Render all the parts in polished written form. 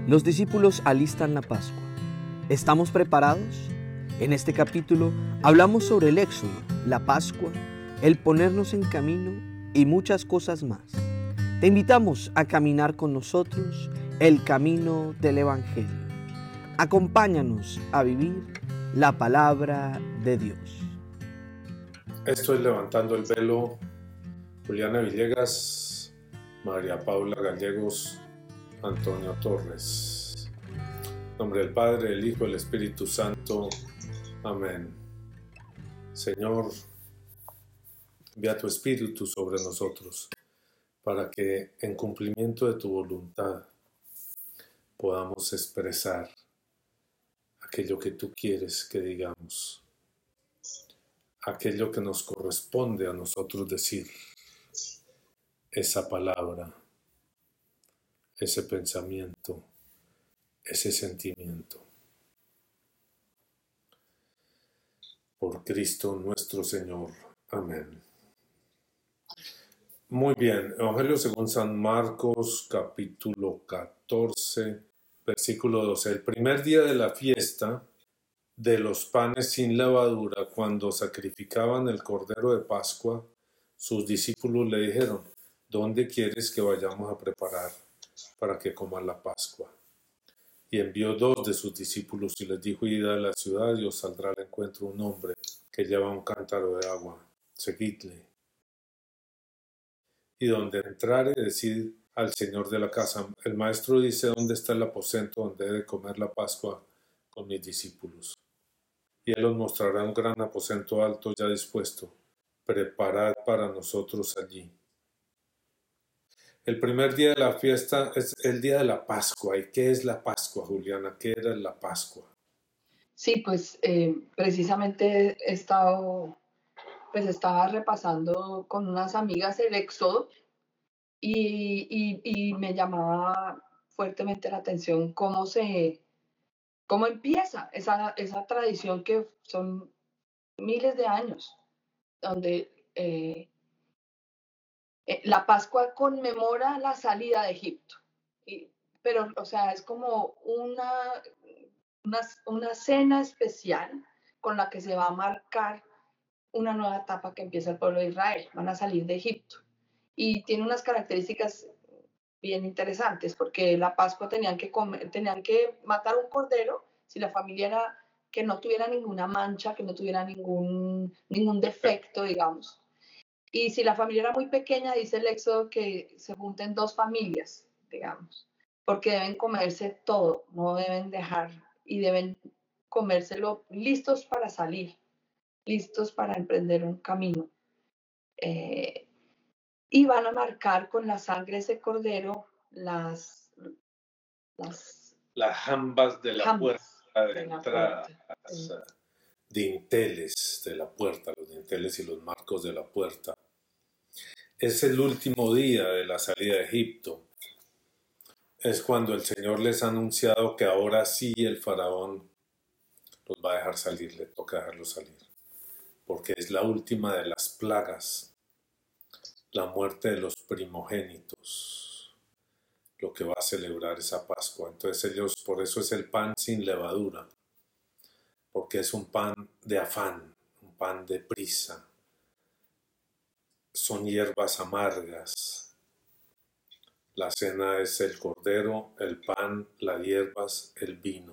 Los discípulos alistan la Pascua. ¿Estamos preparados? En este capítulo hablamos sobre el Éxodo, la Pascua, el ponernos en camino y muchas cosas más. Te invitamos a caminar con nosotros el camino del Evangelio. Acompáñanos a vivir la palabra de Dios. Esto es Levantando el Velo. Juliana Villegas, María Paula Gallegos, Antonio Torres. En nombre del Padre, del Hijo y del Espíritu Santo. Amén. Señor, envía tu Espíritu sobre nosotros para que en cumplimiento de tu voluntad podamos expresar aquello que tú quieres que digamos, aquello que nos corresponde a nosotros decir, esa palabra, ese pensamiento, ese sentimiento. Por Cristo nuestro Señor. Amén. Muy bien, Evangelio según San Marcos, capítulo 14, versículo 12. El primer día de la fiesta de los panes sin levadura, cuando sacrificaban el cordero de Pascua, sus discípulos le dijeron: ¿dónde quieres que vayamos a preparar para que coman la Pascua? Y envió 2 de sus discípulos y les dijo: id a la ciudad y os saldrá al encuentro un hombre que lleva un cántaro de agua, seguidle. Y donde entrare, decid al señor de la casa: el maestro dice, ¿dónde está el aposento donde he de comer la Pascua con mis discípulos? Y él os mostrará un gran aposento alto ya dispuesto. Preparad para nosotros allí. El primer día de la fiesta es el día de la Pascua. ¿Y qué es la Pascua, Juliana? ¿Qué era la Pascua? Sí, pues precisamente estaba repasando con unas amigas el Éxodo y me llamaba fuertemente la atención cómo empieza esa tradición que son miles de años, donde la Pascua conmemora la salida de Egipto. Pero, o sea, es como una cena especial con la que se va a marcar una nueva etapa que empieza el pueblo de Israel. Van a salir de Egipto. Y tiene unas características bien interesantes, porque la Pascua tenían que matar un cordero si la familia era que no tuviera ninguna mancha, que no tuviera ningún defecto, digamos. Y si la familia era muy pequeña, dice el Éxodo que se junten 2 familias, digamos, porque deben comerse todo, no deben dejar, y deben comérselo listos para salir, listos para emprender un camino. Y van a marcar con la sangre de ese cordero las jambas de la jambas puerta de entrada, sí. Dinteles de la puerta, los dinteles y los marcos de la puerta. Es el último día de la salida de Egipto. Es cuando el Señor les ha anunciado que ahora sí el faraón los va a dejar salir, le toca dejarlos salir, porque es la última de las plagas, la muerte de los primogénitos, lo que va a celebrar esa Pascua. Entonces ellos, por eso es el pan sin levadura, porque es un pan de afán, un pan de prisa. Son hierbas amargas. La cena es el cordero, el pan, las hierbas, el vino.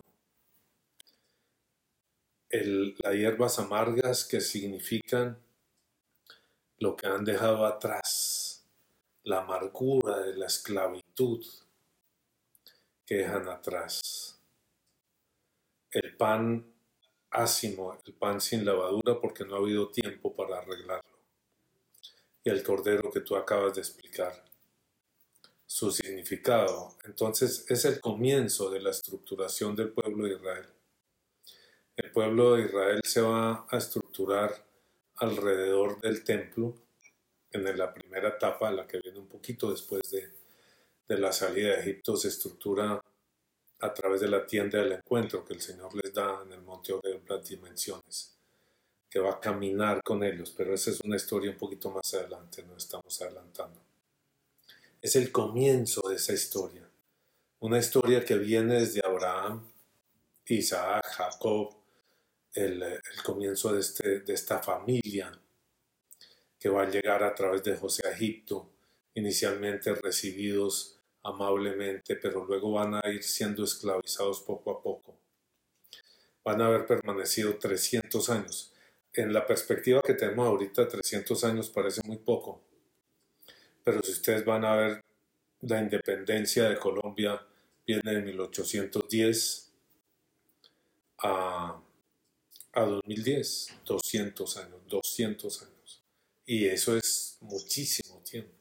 Las hierbas amargas que significan lo que han dejado atrás, la amargura de la esclavitud que dejan atrás. El pan ácimo, el pan sin levadura, porque no ha habido tiempo para arreglarlo. Y el cordero que tú acabas de explicar, su significado. Entonces es el comienzo de la estructuración del pueblo de Israel. El pueblo de Israel se va a estructurar alrededor del templo en la primera etapa, la que viene un poquito después de la salida de Egipto. Se estructura a través de la tienda del encuentro que el Señor les da en el monte Oreb, las dimensiones, que va a caminar con ellos, pero esa es una historia un poquito más adelante, no estamos adelantando. Es el comienzo de esa historia, Una historia que viene desde Abraham, Isaac, Jacob, el comienzo de esta familia que va a llegar a través de José a Egipto, inicialmente recibidos amablemente, pero luego van a ir siendo esclavizados poco a poco. Van a haber permanecido 300 años. En la perspectiva que tenemos ahorita, 300 años parece muy poco, pero si ustedes van a ver, la independencia de Colombia viene de 1810 a 2010, 200 años, 200 años. Y eso es muchísimo tiempo.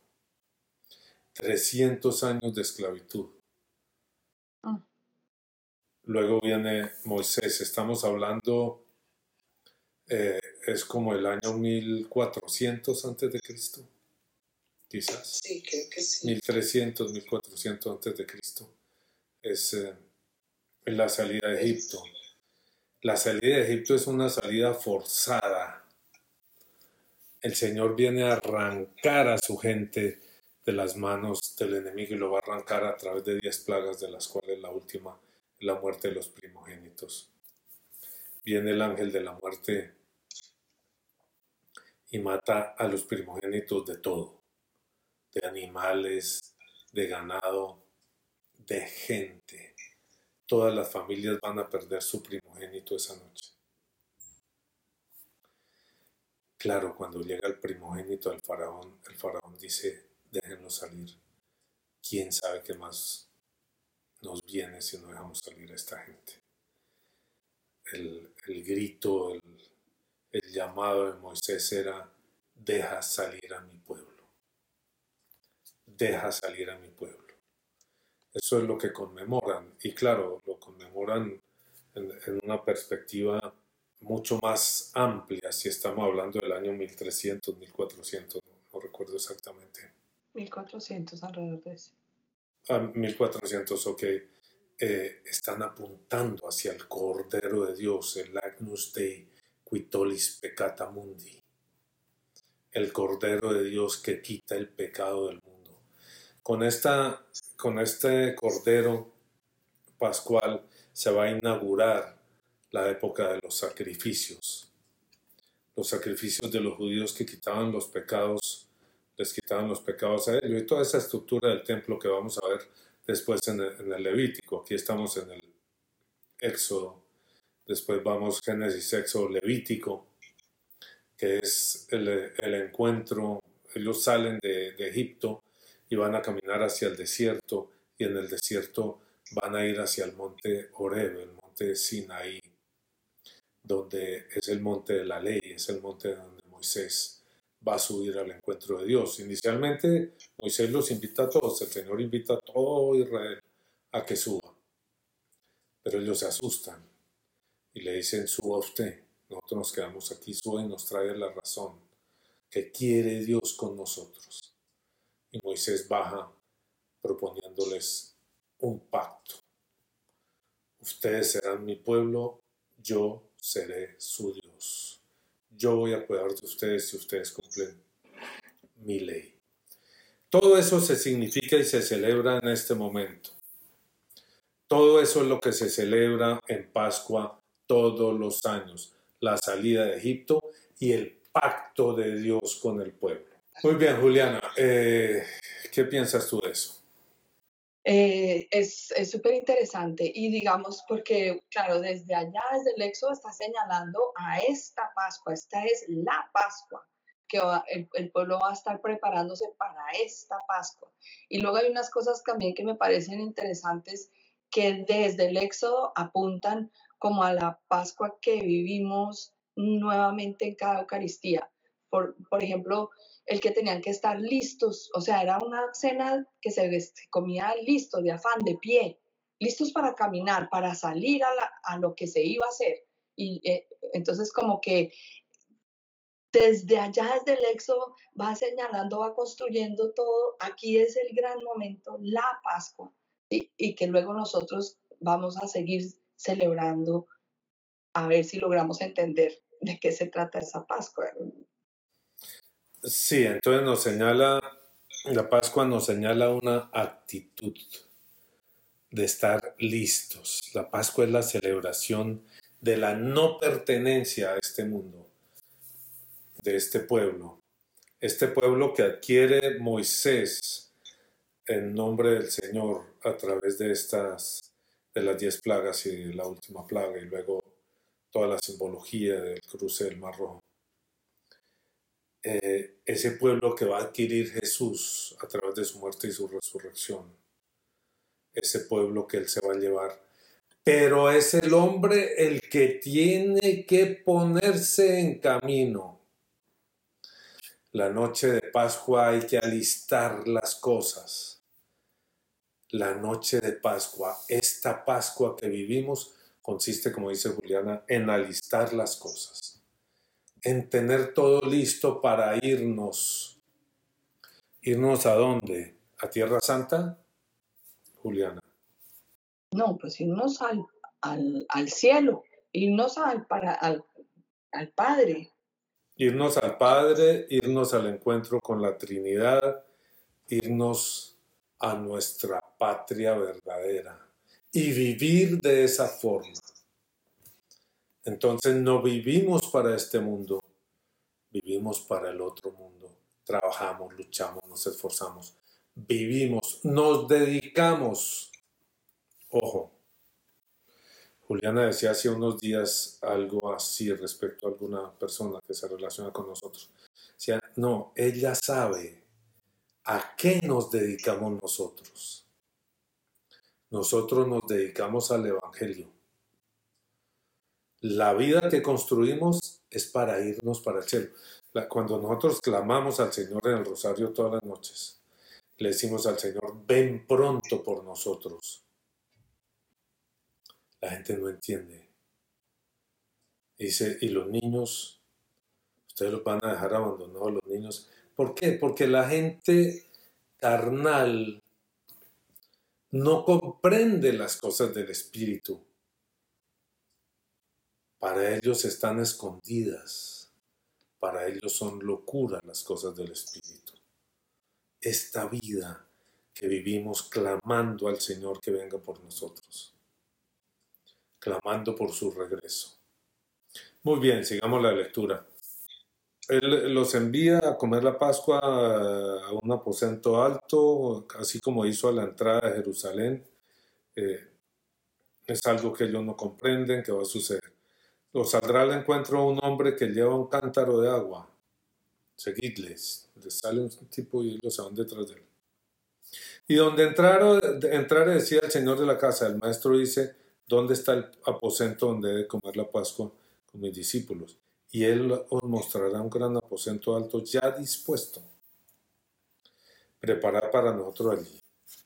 300 años de esclavitud. Luego viene Moisés, estamos hablando, es como el año 1400 antes de Cristo, quizás. Sí, creo que sí. 1300, 1400 antes de Cristo. Es la salida de Egipto. La salida de Egipto es una salida forzada. El Señor viene a arrancar a su gente de las manos del enemigo y lo va a arrancar a través de 10 plagas, de las cuales la última es la muerte de los primogénitos. Viene el ángel de la muerte y mata a los primogénitos de todo, de animales, de ganado, de gente. Todas las familias van a perder su primogénito esa noche. Claro, cuando llega el primogénito al faraón, el faraón dice, déjenlo salir. ¿Quién sabe qué más nos viene si no dejamos salir a esta gente? El grito, el llamado de Moisés era, deja salir a mi pueblo. Deja salir a mi pueblo. Eso es lo que conmemoran. Y claro, lo conmemoran en una perspectiva mucho más amplia, si estamos hablando del año 1300, 1400, no recuerdo exactamente. 1400 alrededor de eso. 1400, ok. Están apuntando hacia el Cordero de Dios, el Agnus Dei qui tollis peccata mundi, el Cordero de Dios que quita el pecado del mundo. Con este Cordero pascual se va a inaugurar la época de los sacrificios de los judíos que quitaban los pecados, les quitaban los pecados a ellos, y toda esa estructura del templo que vamos a ver después en el Levítico. Aquí estamos en el Éxodo, después vamos Génesis, Éxodo, Levítico, que es el encuentro. Ellos salen de Egipto y van a caminar hacia el desierto, y en el desierto van a ir hacia el monte Horeb, el monte Sinaí, donde es el monte de la ley, es el monte donde Moisés va a subir al encuentro de Dios. Inicialmente Moisés los invita a todos, el Señor invita a todo Israel a que suba, pero ellos se asustan y le dicen, suba usted, nosotros nos quedamos aquí, suba y nos trae la razón, que quiere Dios con nosotros. Y Moisés baja proponiéndoles un pacto. Ustedes serán mi pueblo, yo seré su Dios. Yo voy a cuidar de ustedes si ustedes cumplen mi ley. Todo eso se significa y se celebra en este momento. Todo eso es lo que se celebra en Pascua todos los años. La salida de Egipto y el pacto de Dios con el pueblo. Muy bien, Juliana, ¿qué piensas tú de eso? Es súper interesante y digamos porque, claro, desde allá, desde el Éxodo está señalando a esta Pascua, esta es la Pascua, que el pueblo va a estar preparándose para esta Pascua. Y luego hay unas cosas también que me parecen interesantes que desde el Éxodo apuntan como a la Pascua que vivimos nuevamente en cada Eucaristía. Por ejemplo, el que tenían que estar listos, o sea, era una cena que se comía listo, de afán, de pie, listos para caminar, para salir a lo que se iba a hacer. Y entonces como que desde allá, desde el Éxodo, va señalando, va construyendo todo. Aquí es el gran momento, la Pascua, ¿sí? Y que luego nosotros vamos a seguir celebrando, a ver si logramos entender de qué se trata esa Pascua. Sí, entonces la Pascua nos señala una actitud. de estar listos. La Pascua es la celebración de la no pertenencia a este mundo, de este pueblo que adquiere Moisés en nombre del Señor a través de las 10 plagas y de la última plaga, y luego toda la simbología del cruce del Mar Rojo. Ese pueblo que va a adquirir Jesús a través de su muerte y su resurrección, ese pueblo que Él se va a llevar. Pero es el hombre el que tiene que ponerse en camino. La noche de Pascua hay que alistar las cosas. La noche de Pascua, esta Pascua que vivimos, consiste, como dice Juliana, en alistar las cosas, en tener todo listo para irnos. ¿Irnos a dónde? ¿A Tierra Santa, Juliana? No, pues irnos al cielo, irnos al Padre. Irnos al Padre, irnos al encuentro con la Trinidad, irnos a nuestra patria verdadera y vivir de esa forma. Entonces no vivimos para este mundo, vivimos para el otro mundo. Trabajamos, luchamos, nos esforzamos, vivimos, nos dedicamos. Ojo, Juliana decía hace unos días algo así respecto a alguna persona que se relaciona con nosotros. Decía, no, ella sabe a qué nos dedicamos nosotros. Nosotros nos dedicamos al Evangelio. La vida que construimos es para irnos para el cielo. Cuando nosotros clamamos al Señor en el rosario todas las noches, le decimos al Señor, ven pronto por nosotros. La gente no entiende. Dice, y los niños, ustedes los van a dejar abandonados los niños. ¿Por qué? Porque la gente carnal no comprende las cosas del Espíritu. Para ellos están escondidas. Para ellos son locura las cosas del Espíritu. Esta vida que vivimos clamando al Señor que venga por nosotros. Clamando por su regreso. Muy bien, sigamos la lectura. Él los envía a comer la Pascua a un aposento alto, así como hizo a la entrada de Jerusalén. Es algo que ellos no comprenden que va a suceder. Los saldrá al encuentro un hombre que lleva un cántaro de agua. Seguidles. Les sale un tipo y ellos se van detrás de él. Y donde entrare decía el señor de la casa, el maestro dice, ¿dónde está el aposento donde debe comer la Pascua con mis discípulos? Y él os mostrará un gran aposento alto ya dispuesto, preparado para nosotros allí.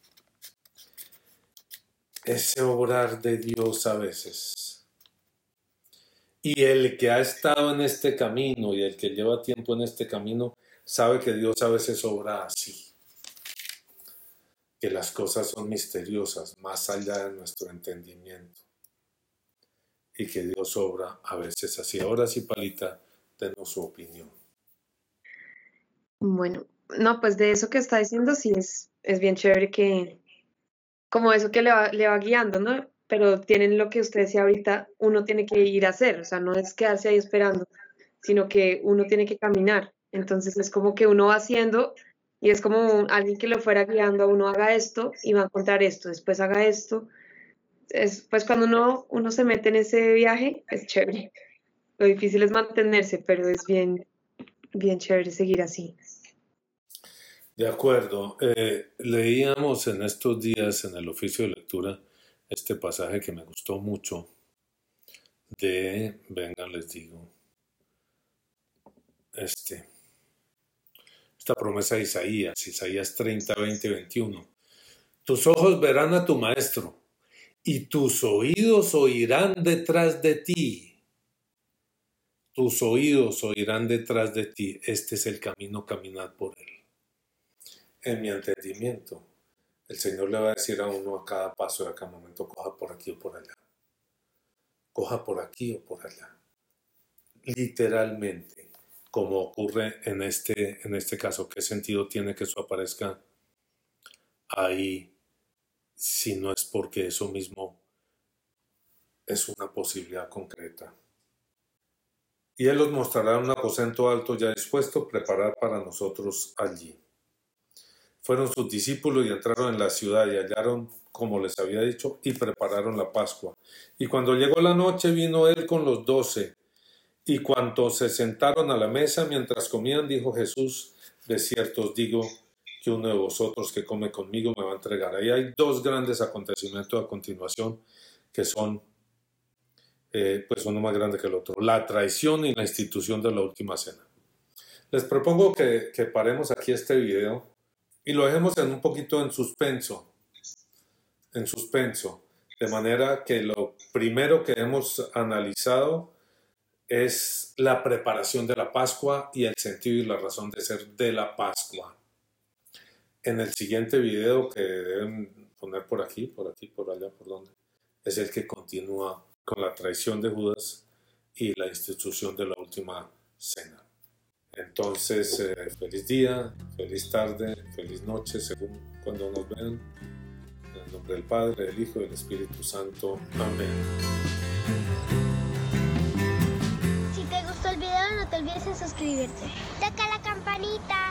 Ese obrar de Dios a veces. Y el que ha estado en este camino y el que lleva tiempo en este camino, sabe que Dios a veces obra así. Que las cosas son misteriosas, más allá de nuestro entendimiento. Y que Dios obra a veces así. Ahora sí, Palita, denos su opinión. Bueno, no, pues de eso que está diciendo sí es bien chévere que, como eso que le va guiando, ¿no? Pero tienen lo que usted decía ahorita, uno tiene que ir a hacer, o sea, no es quedarse ahí esperando, sino que uno tiene que caminar. Entonces es como que uno va haciendo y es como alguien que lo fuera guiando a uno haga esto y va a encontrar esto, después haga esto. Pues cuando uno se mete en ese viaje, es chévere. Lo difícil es mantenerse, pero es bien, bien chévere seguir así. De acuerdo. Leíamos en estos días en el oficio de lectura este pasaje que me gustó mucho venga, les digo, esta promesa de Isaías 30, 20, 21. Tus ojos verán a tu maestro y tus oídos oirán detrás de ti. Tus oídos oirán detrás de ti. Este es el camino, caminad por él. En mi entendimiento, el Señor le va a decir a uno a cada paso y a cada momento, coja por aquí o por allá. Coja por aquí o por allá. Literalmente, como ocurre en este caso. ¿Qué sentido tiene que eso aparezca ahí si no es porque eso mismo es una posibilidad concreta. Y Él los mostrará un aposento alto ya dispuesto a preparar para nosotros allí. Fueron sus discípulos y entraron en la ciudad y hallaron como les había dicho y prepararon la Pascua. Y cuando llegó la noche vino Él con los 12. Y cuantos se sentaron a la mesa mientras comían, dijo Jesús: de cierto os digo que uno de vosotros que come conmigo me va a entregar. Ahí hay dos grandes acontecimientos a continuación que son pues uno más grande que el otro: la traición y la institución de la última cena. Les propongo que paremos aquí este video y lo dejemos un poquito en suspenso, de manera que lo primero que hemos analizado es la preparación de la Pascua y el sentido y la razón de ser de la Pascua. En el siguiente video, que deben poner por aquí, por allá, por donde, es el que continúa con la traición de Judas y la institución de la última cena. Entonces, feliz día, feliz tarde, feliz noche, según cuando nos vean. En el nombre del Padre, del Hijo y del Espíritu Santo. Amén. Si te gustó el video, no te olvides de suscribirte. Toca la campanita.